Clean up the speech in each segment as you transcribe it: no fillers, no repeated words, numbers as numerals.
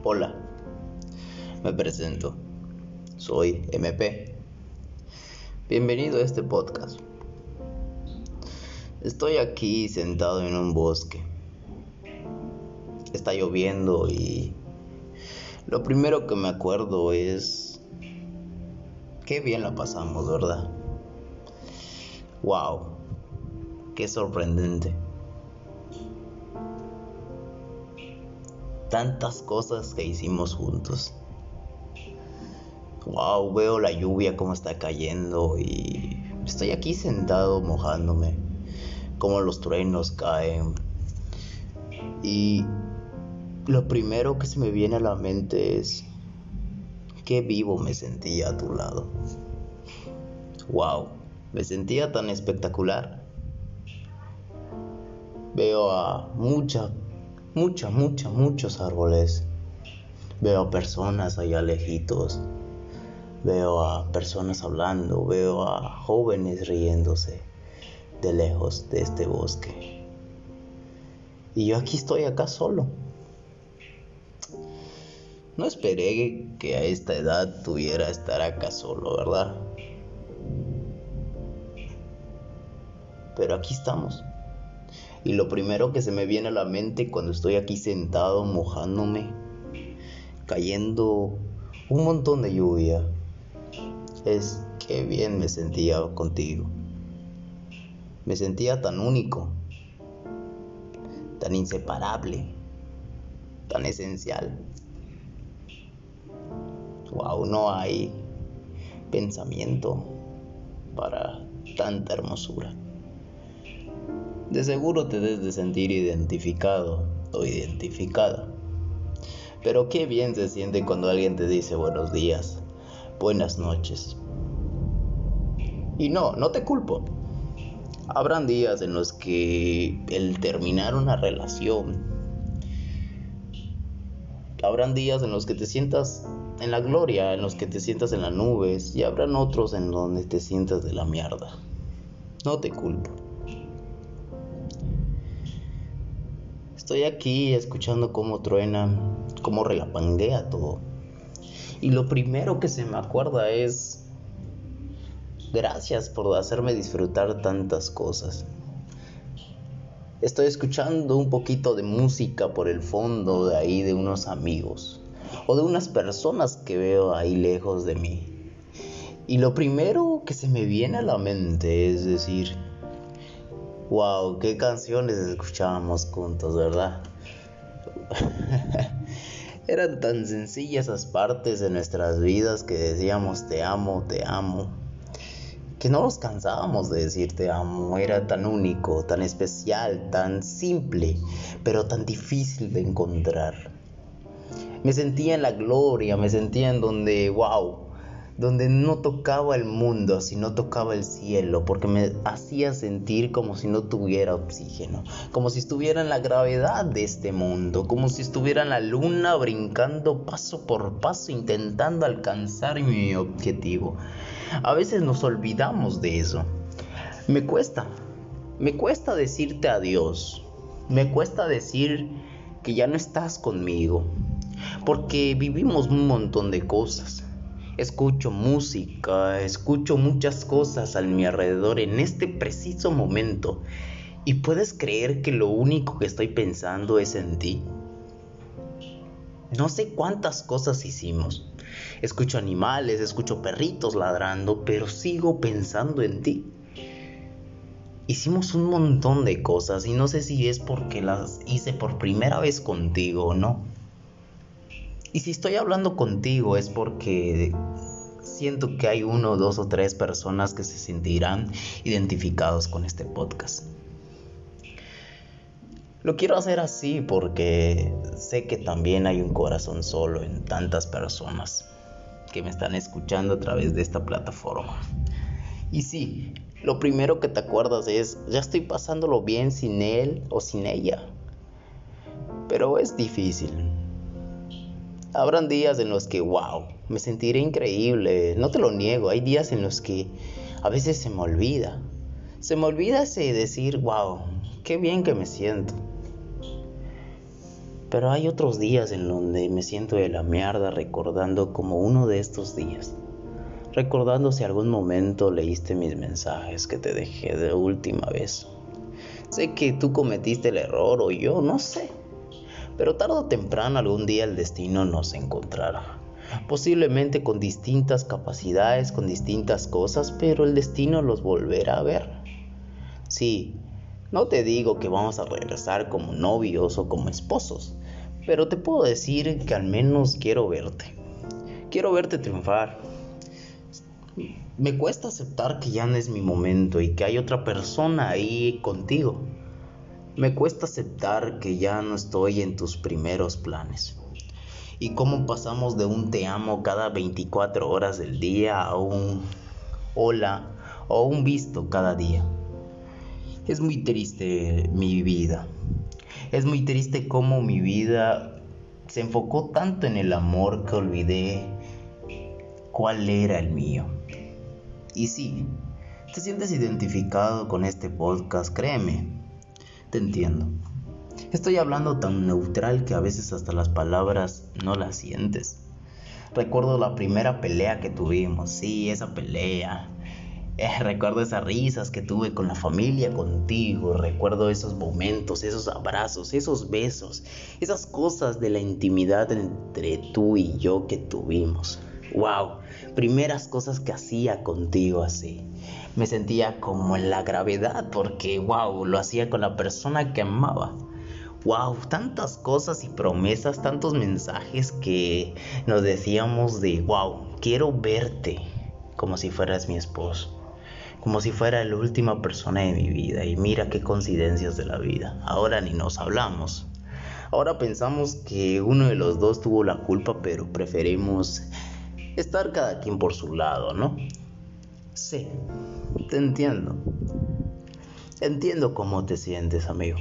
Hola, me presento. Soy MP. Bienvenido a este podcast. Estoy aquí sentado en un bosque. Está lloviendo y lo primero que me acuerdo es qué bien la pasamos, ¿verdad? Wow, qué sorprendente. Tantas cosas que hicimos juntos. Wow, veo la lluvia como está cayendo y estoy aquí sentado mojándome, como los truenos caen. Y lo primero que se me viene a la mente es qué vivo me sentía a tu lado. Wow, me sentía tan espectacular. Veo a muchos árboles. Veo a personas allá lejitos. Veo a personas hablando. Veo a jóvenes riéndose de lejos de este bosque. Y yo aquí estoy acá solo. No esperé que a esta edad tuviera estar acá solo, ¿verdad? Pero aquí estamos. Y lo primero que se me viene a la mente cuando estoy aquí sentado mojándome, cayendo un montón de lluvia, es qué bien me sentía contigo. Me sentía tan único, tan inseparable, tan esencial. Wow, no hay pensamiento para tanta hermosura. De seguro te debes de sentir identificado o identificada. Pero qué bien se siente cuando alguien te dice buenos días, buenas noches. Y no te culpo. Habrán días en los que el terminar una relación, habrán días en los que te sientas en la gloria, en los que te sientas en las nubes, y habrán otros en donde te sientas de la mierda. No te culpo. Estoy aquí escuchando cómo truena, cómo relampaguea todo. Y lo primero que se me acuerda es gracias por hacerme disfrutar tantas cosas. Estoy escuchando un poquito de música por el fondo de ahí de unos amigos o de unas personas que veo ahí lejos de mí. Y lo primero que se me viene a la mente es decir, wow, qué canciones escuchábamos juntos, ¿verdad? Eran tan sencillas esas partes de nuestras vidas que decíamos te amo, que no nos cansábamos de decir te amo. Era tan único, tan especial, tan simple, pero tan difícil de encontrar. Me sentía en la gloria, me sentía en donde, wow, donde no tocaba el mundo, sino tocaba el cielo, porque me hacía sentir como si no tuviera oxígeno, como si estuviera en la gravedad de este mundo, como si estuviera en la luna brincando paso por paso, intentando alcanzar mi objetivo. A veces nos olvidamos de eso. Me cuesta decirte adiós, me cuesta decir que ya no estás conmigo, porque vivimos un montón de cosas. Escucho música, escucho muchas cosas a mi alrededor en este preciso momento. ¿Y puedes creer que lo único que estoy pensando es en ti? No sé cuántas cosas hicimos. Escucho animales, escucho perritos ladrando, pero sigo pensando en ti. Hicimos un montón de cosas y no sé si es porque las hice por primera vez contigo o no. Y si estoy hablando contigo es porque siento que hay 1, 2 o 3 personas que se sentirán identificados con este podcast. Lo quiero hacer así porque sé que también hay un corazón solo en tantas personas que me están escuchando a través de esta plataforma. Y sí, lo primero que te acuerdas es, ya estoy pasándolo bien sin él o sin ella. Pero es difícil. Habrán días en los que, wow, me sentiré increíble, no te lo niego. Hay días en los que a veces se me olvida ese decir, wow, qué bien que me siento. Pero hay otros días en donde me siento de la mierda recordando como uno de estos días. Recordando si algún momento leíste mis mensajes que te dejé de última vez. Sé que tú cometiste el error o yo, no sé. Pero tarde o temprano algún día el destino nos encontrará. Posiblemente con distintas capacidades, con distintas cosas, pero el destino los volverá a ver. Sí, no te digo que vamos a regresar como novios o como esposos, pero te puedo decir que al menos quiero verte. Quiero verte triunfar. Me cuesta aceptar que ya no es mi momento y que hay otra persona ahí contigo. Me cuesta aceptar que ya no estoy en tus primeros planes. Y cómo pasamos de un te amo cada 24 horas del día a un hola o un visto cada día. Es muy triste mi vida. Es muy triste cómo mi vida se enfocó tanto en el amor que olvidé cuál era el mío. Y sí, te sientes identificado con este podcast, créeme, te entiendo. Estoy hablando tan neutral que a veces hasta las palabras no las sientes. Recuerdo la primera pelea que tuvimos, sí, esa pelea. Recuerdo esas risas que tuve con la familia contigo. Recuerdo esos momentos, esos abrazos, esos besos, esas cosas de la intimidad entre tú y yo que tuvimos. Wow, primeras cosas que hacía contigo así. Me sentía como en la gravedad porque wow, lo hacía con la persona que amaba. Wow, tantas cosas y promesas, tantos mensajes que nos decíamos de wow, quiero verte como si fueras mi esposo. Como si fuera la última persona de mi vida. Y mira qué coincidencias de la vida. Ahora ni nos hablamos. Ahora pensamos que uno de los dos tuvo la culpa, pero preferimos estar cada quien por su lado, ¿no? Sí, te entiendo. Entiendo cómo te sientes, amigo.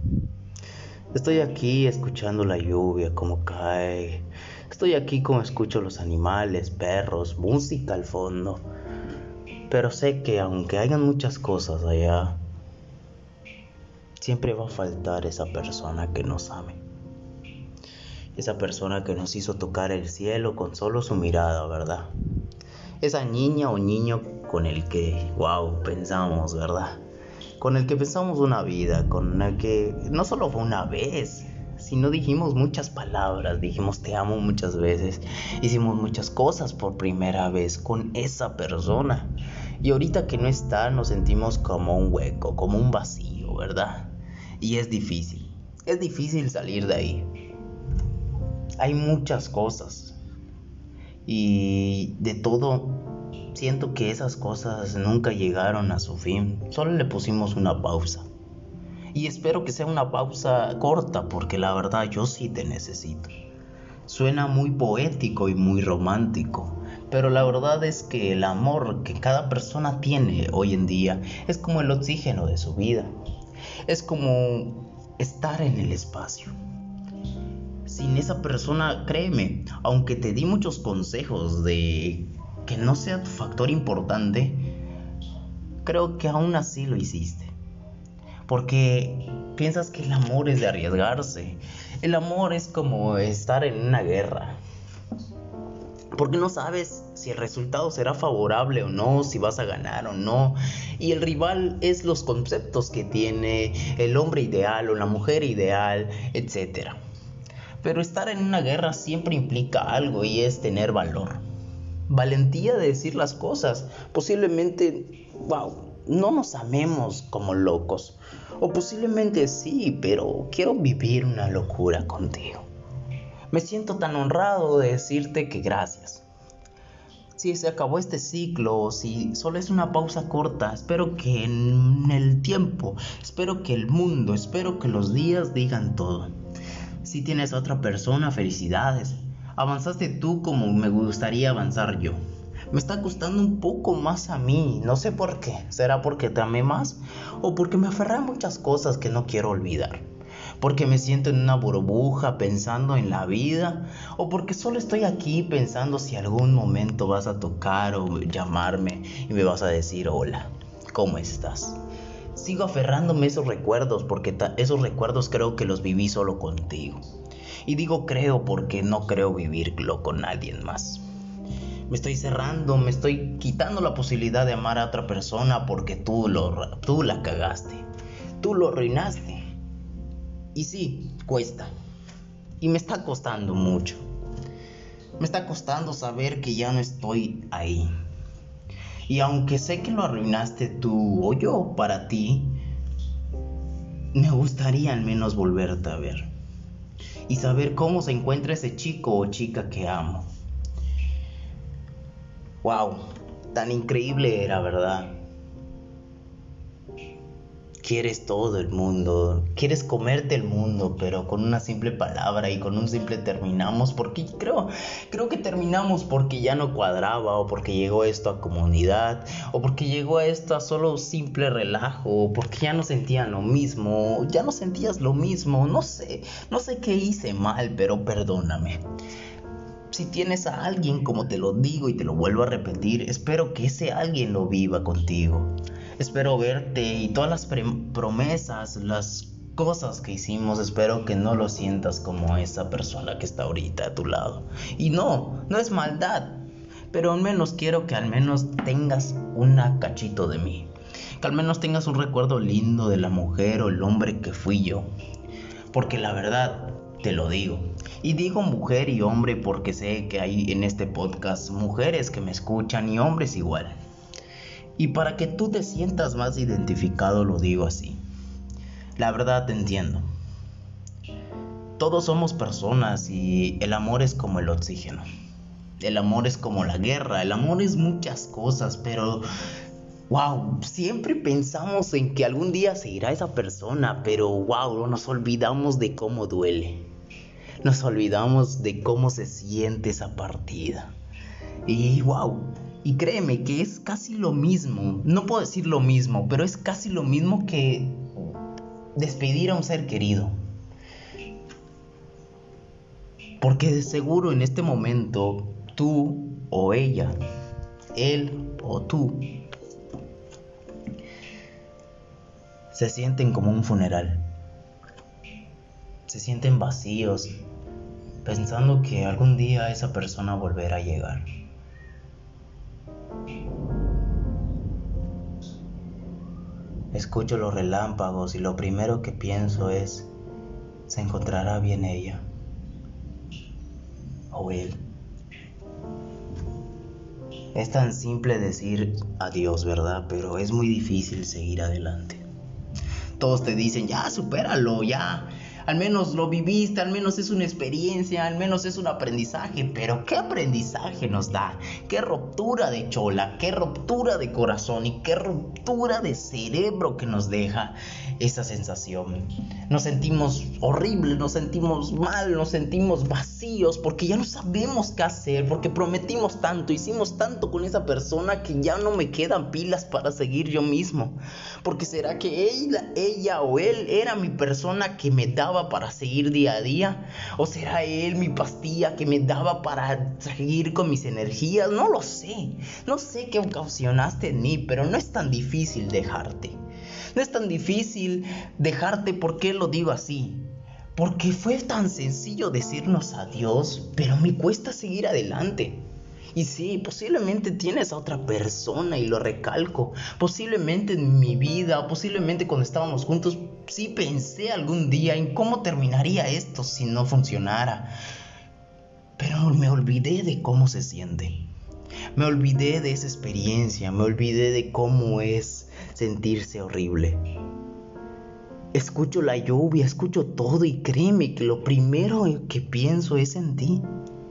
Estoy aquí escuchando la lluvia, cómo cae. Estoy aquí como escucho los animales, perros, música al fondo. Pero sé que aunque hayan muchas cosas allá, siempre va a faltar esa persona que nos ame. Esa persona que nos hizo tocar el cielo con solo su mirada, ¿verdad? Esa niña o niño con el que, wow, pensamos, ¿verdad? Con el que pensamos una vida, con el que no solo fue una vez, sino dijimos muchas palabras, dijimos te amo muchas veces, hicimos muchas cosas por primera vez con esa persona. Y ahorita que no está, nos sentimos como un hueco, como un vacío, ¿verdad? Y es difícil salir de ahí. Hay muchas cosas. Y de todo, siento que esas cosas nunca llegaron a su fin. Solo le pusimos una pausa. Y espero que sea una pausa corta, porque la verdad yo sí te necesito. Suena muy poético y muy romántico, pero la verdad es que el amor que cada persona tiene hoy en día es como el oxígeno de su vida. Es como estar en el espacio. Sin esa persona, créeme, aunque te di muchos consejos de que no sea tu factor importante, creo que aún así lo hiciste. Porque piensas que el amor es de arriesgarse. El amor es como estar en una guerra. Porque no sabes si el resultado será favorable o no, si vas a ganar o no. Y el rival es los conceptos que tiene el hombre ideal o la mujer ideal, etc. Pero estar en una guerra siempre implica algo y es tener valor. Valentía de decir las cosas. Posiblemente, wow, no nos amemos como locos. O posiblemente sí, pero quiero vivir una locura contigo. Me siento tan honrado de decirte que gracias. Si se acabó este ciclo o si solo es una pausa corta, espero que en el tiempo, espero que el mundo, espero que los días digan todo. Si tienes a otra persona, felicidades. Avanzaste tú como me gustaría avanzar yo. Me está costando un poco más a mí, no sé por qué. ¿Será porque te amé más? ¿O porque me aferré a muchas cosas que no quiero olvidar? ¿Porque me siento en una burbuja pensando en la vida? ¿O porque solo estoy aquí pensando si algún momento vas a tocar o llamarme y me vas a decir hola, ¿cómo estás? Sigo aferrándome a esos recuerdos porque esos recuerdos creo que los viví solo contigo. Y digo creo porque no creo vivirlo con alguien más. Me estoy cerrando, me estoy quitando la posibilidad de amar a otra persona porque tú la cagaste, tú lo arruinaste. Y sí, cuesta. Y me está costando mucho. Me está costando saber que ya no estoy ahí. Y aunque sé que lo arruinaste tú o yo para ti, me gustaría al menos volverte a ver. Y saber cómo se encuentra ese chico o chica que amo. Wow, tan increíble era, ¿verdad? Quieres todo el mundo, quieres comerte el mundo, pero con una simple palabra y con un simple terminamos, porque creo que terminamos porque ya no cuadraba, o porque llegó esto a comunidad, o porque llegó a esto a solo simple relajo, o porque ya no sentían lo mismo, ya no sentías lo mismo, no sé qué hice mal, pero perdóname. Si tienes a alguien, como te lo digo y te lo vuelvo a repetir, espero que ese alguien lo viva contigo. Espero verte y todas las promesas, las cosas que hicimos, espero que no lo sientas como esa persona que está ahorita a tu lado. Y no es maldad, pero al menos quiero que al menos tengas un cachito de mí. Que al menos tengas un recuerdo lindo de la mujer o el hombre que fui yo. Porque la verdad, te lo digo. Y digo mujer y hombre porque sé que hay en este podcast mujeres que me escuchan y hombres igual. Y para que tú te sientas más identificado lo digo así. La verdad te entiendo. Todos somos personas y el amor es como el oxígeno. El amor es como la guerra, el amor es muchas cosas, pero wow, siempre pensamos en que algún día se irá esa persona, pero wow, nos olvidamos de cómo duele. Nos olvidamos de cómo se siente esa partida. Y wow, y créeme que es casi lo mismo. No puedo decir lo mismo, pero es casi lo mismo que despedir a un ser querido. Porque de seguro en este momento tú o ella, él o tú, se sienten como un funeral. Se sienten vacíos, pensando que algún día esa persona volverá a llegar. Escucho los relámpagos y lo primero que pienso es, ¿se encontrará bien ella? ¿O él? Es tan simple decir adiós, ¿verdad? Pero es muy difícil seguir adelante. Todos te dicen, ya, supéralo, ya. Al menos lo viviste, al menos es una experiencia, al menos es un aprendizaje. Pero ¿qué aprendizaje nos da? ¿Qué ruptura de chola? ¿Qué ruptura de corazón? ¿Y qué ruptura de cerebro que nos deja esa sensación? Nos sentimos horribles, nos sentimos mal, nos sentimos vacíos porque ya no sabemos qué hacer, porque prometimos tanto, hicimos tanto con esa persona que ya no me quedan pilas para seguir yo mismo. Porque ¿será que ella o él era mi persona que me daba para seguir día a día? ¿O será él mi pastilla que me daba para seguir con mis energías? No lo sé. No sé qué ocasionaste en mí, pero no es tan difícil dejarte. No es tan difícil dejarte. ¿Por qué lo digo así? Porque fue tan sencillo decirnos adiós, pero me cuesta seguir adelante. Y sí, posiblemente tienes a otra persona y lo recalco. Posiblemente en mi vida, posiblemente cuando estábamos juntos, sí pensé algún día en cómo terminaría esto si no funcionara. Pero me olvidé de cómo se siente. Me olvidé de esa experiencia, me olvidé de cómo es sentirse horrible. Escucho la lluvia, escucho todo y créeme que lo primero que pienso es en ti.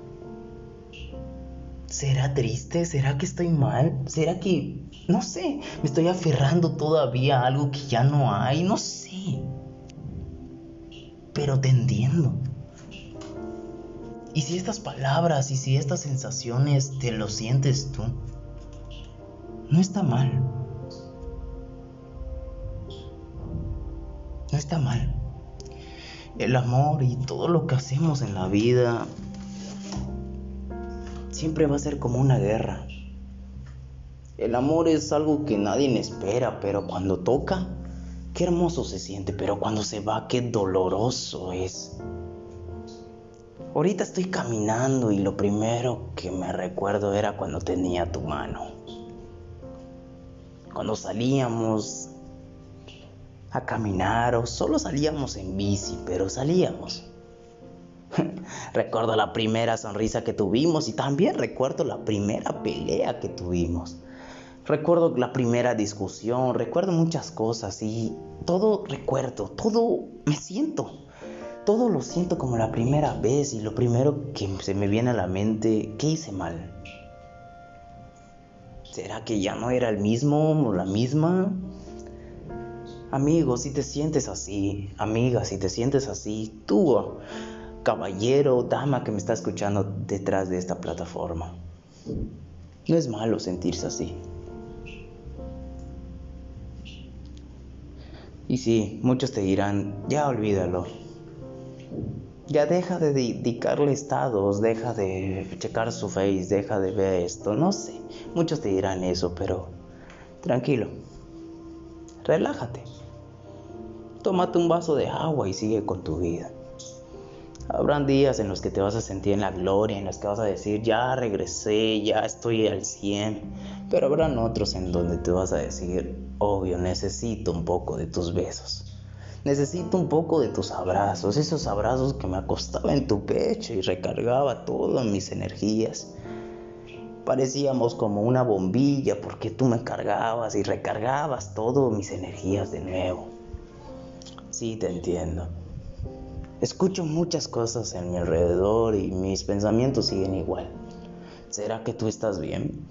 ¿Será triste? ¿Será que estoy mal? ¿Será que, no sé, me estoy aferrando todavía a algo que ya no hay? No sé. Pero te entiendo. Y si estas palabras y si estas sensaciones te lo sientes tú, no está mal. No está mal. El amor y todo lo que hacemos en la vida siempre va a ser como una guerra. El amor es algo que nadie espera, pero cuando toca, qué hermoso se siente, pero cuando se va, qué doloroso es. Ahorita estoy caminando y lo primero que me recuerdo era cuando tenía tu mano. Cuando salíamos a caminar o solo salíamos en bici, pero salíamos. Recuerdo la primera sonrisa que tuvimos y también recuerdo la primera pelea que tuvimos. Recuerdo la primera discusión, recuerdo muchas cosas y todo recuerdo, todo lo siento como la primera vez y lo primero que se me viene a la mente, ¿qué hice mal? ¿Será que ya no era el mismo o la misma? Amigo, si te sientes así, amiga, si te sientes así, tú, caballero, dama que me está escuchando detrás de esta plataforma, no es malo sentirse así. Y sí, muchos te dirán, ya olvídalo. Ya deja de dedicarle estados, deja de checar su face, deja de ver esto, no sé. Muchos te dirán eso, pero tranquilo, relájate. Tómate un vaso de agua y sigue con tu vida. Habrán días en los que te vas a sentir en la gloria, en los que vas a decir, ya regresé, ya estoy al 100. Pero habrán otros en donde te vas a decir, obvio, necesito un poco de tus besos. Necesito un poco de tus abrazos, esos abrazos que me acostaba en tu pecho y recargaba todas mis energías. Parecíamos como una bombilla porque tú me cargabas y recargabas todas mis energías de nuevo. Sí, te entiendo. Escucho muchas cosas en mi alrededor y mis pensamientos siguen igual. ¿Será que tú estás bien?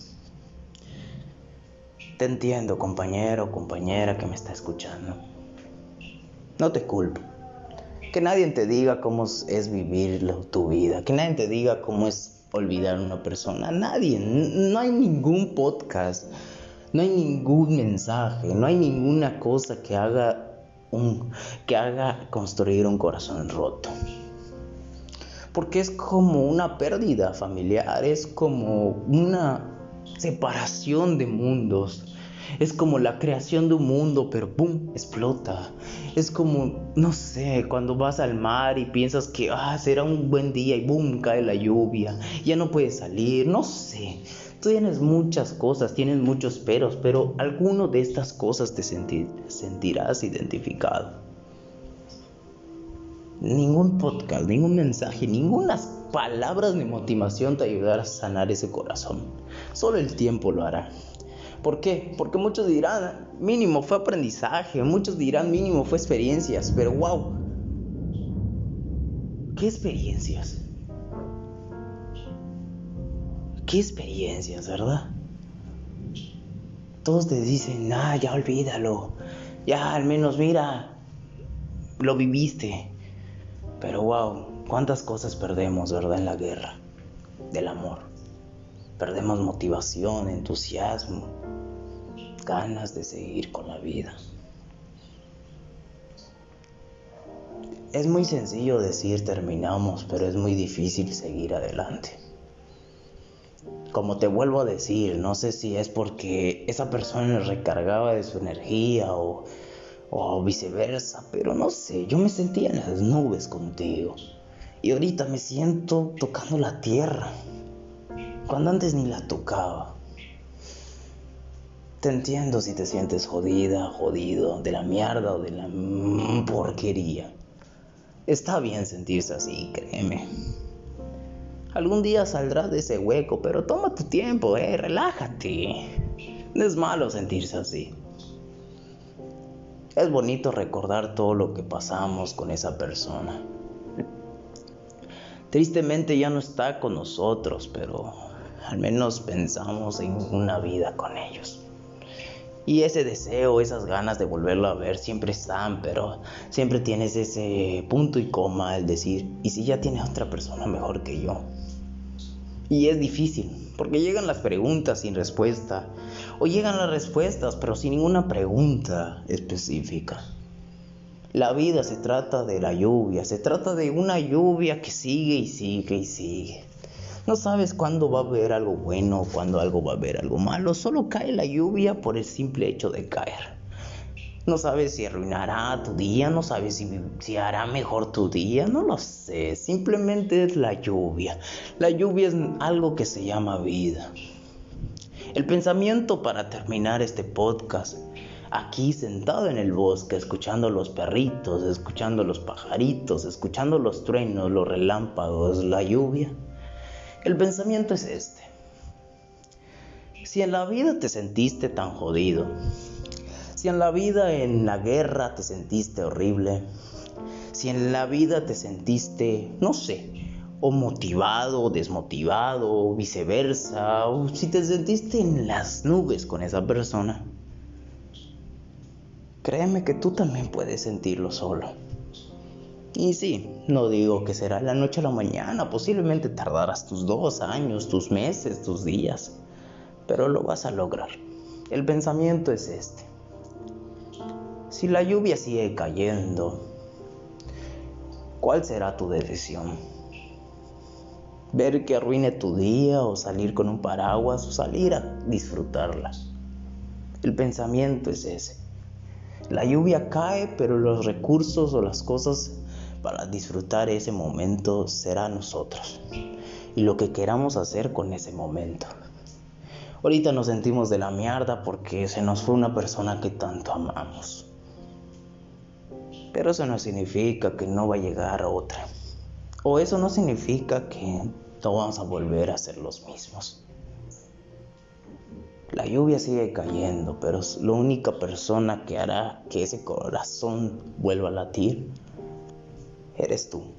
Te entiendo, compañero o compañera que me está escuchando. No te culpo. Que nadie te diga cómo es vivir tu vida. Que nadie te diga cómo es olvidar a una persona. Nadie. No hay ningún podcast. No hay ningún mensaje. No hay ninguna cosa que haga construir un corazón roto. Porque es como una pérdida familiar. Es como una separación de mundos. Es como la creación de un mundo, pero ¡pum!, explota. Es como, no sé, cuando vas al mar y piensas que será un buen día y ¡boom!, cae la lluvia. Ya no puedes salir, no sé. Tú tienes muchas cosas, tienes muchos peros, pero alguno de estas cosas te sentirás identificado. Ningún podcast, ningún mensaje, ninguna palabras de motivación te ayudará a sanar ese corazón. Solo el tiempo lo hará. ¿Por qué? Porque muchos dirán, mínimo fue aprendizaje, muchos dirán, mínimo fue experiencias, pero wow, ¿qué experiencias? ¿Qué experiencias, verdad? Todos te dicen, ya olvídalo, ya al menos mira, lo viviste, pero wow, ¿cuántas cosas perdemos, verdad, en la guerra del amor? Perdemos motivación, entusiasmo, ganas de seguir con la vida. Es muy sencillo decir terminamos, pero es muy difícil seguir adelante. Como te vuelvo a decir, no sé si es porque esa persona recargaba de su energía o viceversa, pero no sé, yo me sentía en las nubes contigo y ahorita me siento tocando la tierra cuando antes ni la tocaba. Te entiendo si te sientes jodida, jodido, de la mierda o de la porquería. Está bien sentirse así, créeme. Algún día saldrás de ese hueco, pero toma tu tiempo, relájate. No es malo sentirse así. Es bonito recordar todo lo que pasamos con esa persona. Tristemente ya no está con nosotros, pero al menos pensamos en una vida con ellos. Y ese deseo, esas ganas de volverlo a ver siempre están, pero siempre tienes ese punto y coma al decir, ¿y si ya tiene otra persona mejor que yo? Y es difícil, porque llegan las preguntas sin respuesta, o llegan las respuestas, pero sin ninguna pregunta específica. La vida se trata de la lluvia, se trata de una lluvia que sigue y sigue y sigue. No sabes cuándo va a haber algo bueno o cuándo va a haber algo malo, solo cae la lluvia por el simple hecho de caer. No sabes si arruinará tu día, no sabes si hará mejor tu día, no lo sé. Simplemente es la lluvia. La lluvia es algo que se llama vida. El pensamiento para terminar este podcast, aquí sentado en el bosque, escuchando los perritos, escuchando los pajaritos, escuchando los truenos, los relámpagos, la lluvia. El pensamiento es este. Si en la vida te sentiste tan jodido, si en la vida, en la guerra te sentiste horrible, si en la vida te sentiste, no sé, o motivado, o desmotivado, o viceversa, o si te sentiste en las nubes con esa persona, créeme que tú también puedes sentirlo solo. Y sí, no digo que será la noche a la mañana, posiblemente tardarás tus 2 años, tus meses, tus días, pero lo vas a lograr. El pensamiento es este. Si la lluvia sigue cayendo, ¿cuál será tu decisión? ¿Ver que arruine tu día o salir con un paraguas o salir a disfrutarla? El pensamiento es ese. La lluvia cae, pero los recursos o las cosas para disfrutar ese momento será nosotros y lo que queramos hacer con ese momento. Ahorita nos sentimos de la mierda porque se nos fue una persona que tanto amamos. Pero eso no significa que no va a llegar otra. O eso no significa que no vamos a volver a ser los mismos. La lluvia sigue cayendo, pero la única persona que hará que ese corazón vuelva a latir eres tú.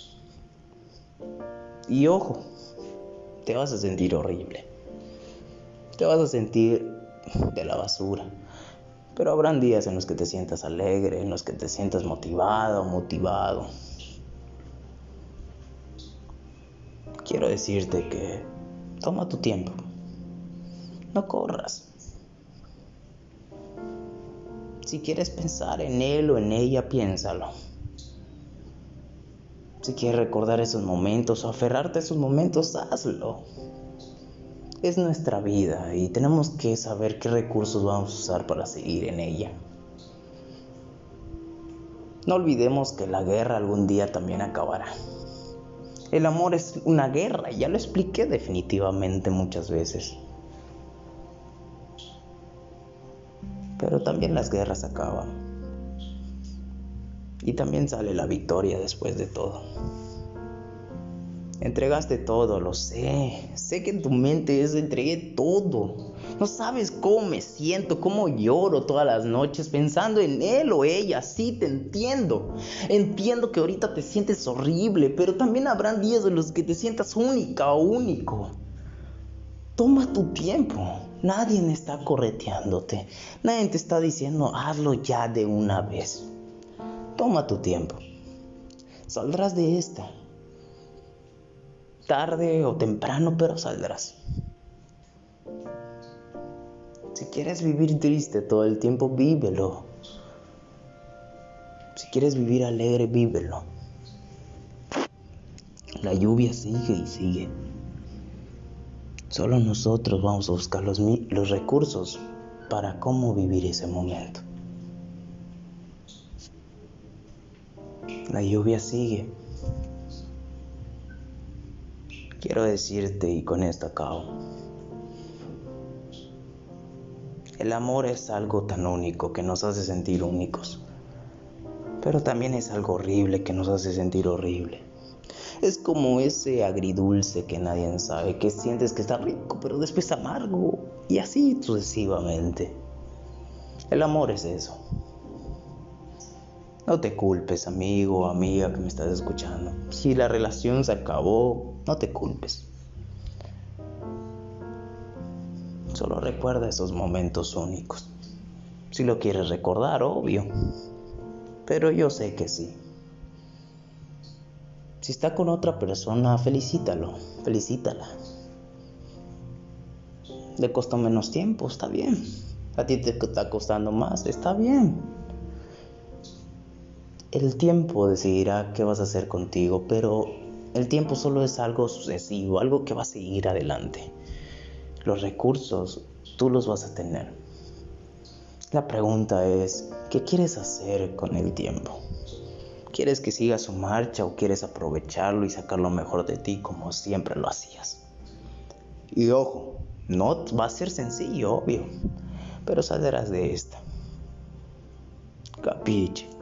Y ojo, te vas a sentir horrible. Te vas a sentir de la basura. Pero habrán días en los que te sientas alegre, en los que te sientas motivado o motivado. Quiero decirte que toma tu tiempo. No corras. Si quieres pensar en él o en ella, piénsalo. Si quieres recordar esos momentos o aferrarte a esos momentos, hazlo. Es nuestra vida y tenemos que saber qué recursos vamos a usar para seguir en ella. No olvidemos que la guerra algún día también acabará. El amor es una guerra, ya lo expliqué definitivamente muchas veces. Pero también las guerras acaban. Y también sale la victoria después de todo. Entregaste todo, lo sé. Sé que en tu mente entregué todo. No sabes cómo me siento, cómo lloro todas las noches pensando en él o ella. Sí, te entiendo. Entiendo que ahorita te sientes horrible, pero también habrán días en los que te sientas única o único. Toma tu tiempo. Nadie está correteándote. Nadie te está diciendo hazlo ya de una vez. Toma tu tiempo. Saldrás de esta. Tarde o temprano, pero saldrás. Si quieres vivir triste todo el tiempo, vívelo. Si quieres vivir alegre, vívelo. La lluvia sigue y sigue. Solo nosotros vamos a buscar los recursos para cómo vivir ese momento. La lluvia sigue. Quiero decirte, y con esto acabo, el amor es algo tan único que nos hace sentir únicos, pero también es algo horrible que nos hace sentir horrible. Es como ese agridulce que nadie sabe, que sientes que está rico, pero después amargo, y así sucesivamente. El amor es eso. No te culpes, amigo o amiga que me estás escuchando. Si la relación se acabó, no te culpes. Solo recuerda esos momentos únicos. Si lo quieres recordar, obvio. Pero yo sé que sí. Si está con otra persona, felicítala. Le costó menos tiempo, está bien. A ti te está costando más, está bien. El tiempo decidirá qué vas a hacer contigo, pero el tiempo solo es algo sucesivo, algo que va a seguir adelante. Los recursos tú los vas a tener. La pregunta es, ¿qué quieres hacer con el tiempo? ¿Quieres que siga su marcha o quieres aprovecharlo y sacar lo mejor de ti como siempre lo hacías? Y ojo, no va a ser sencillo, obvio, pero saldrás de esta. Capiche.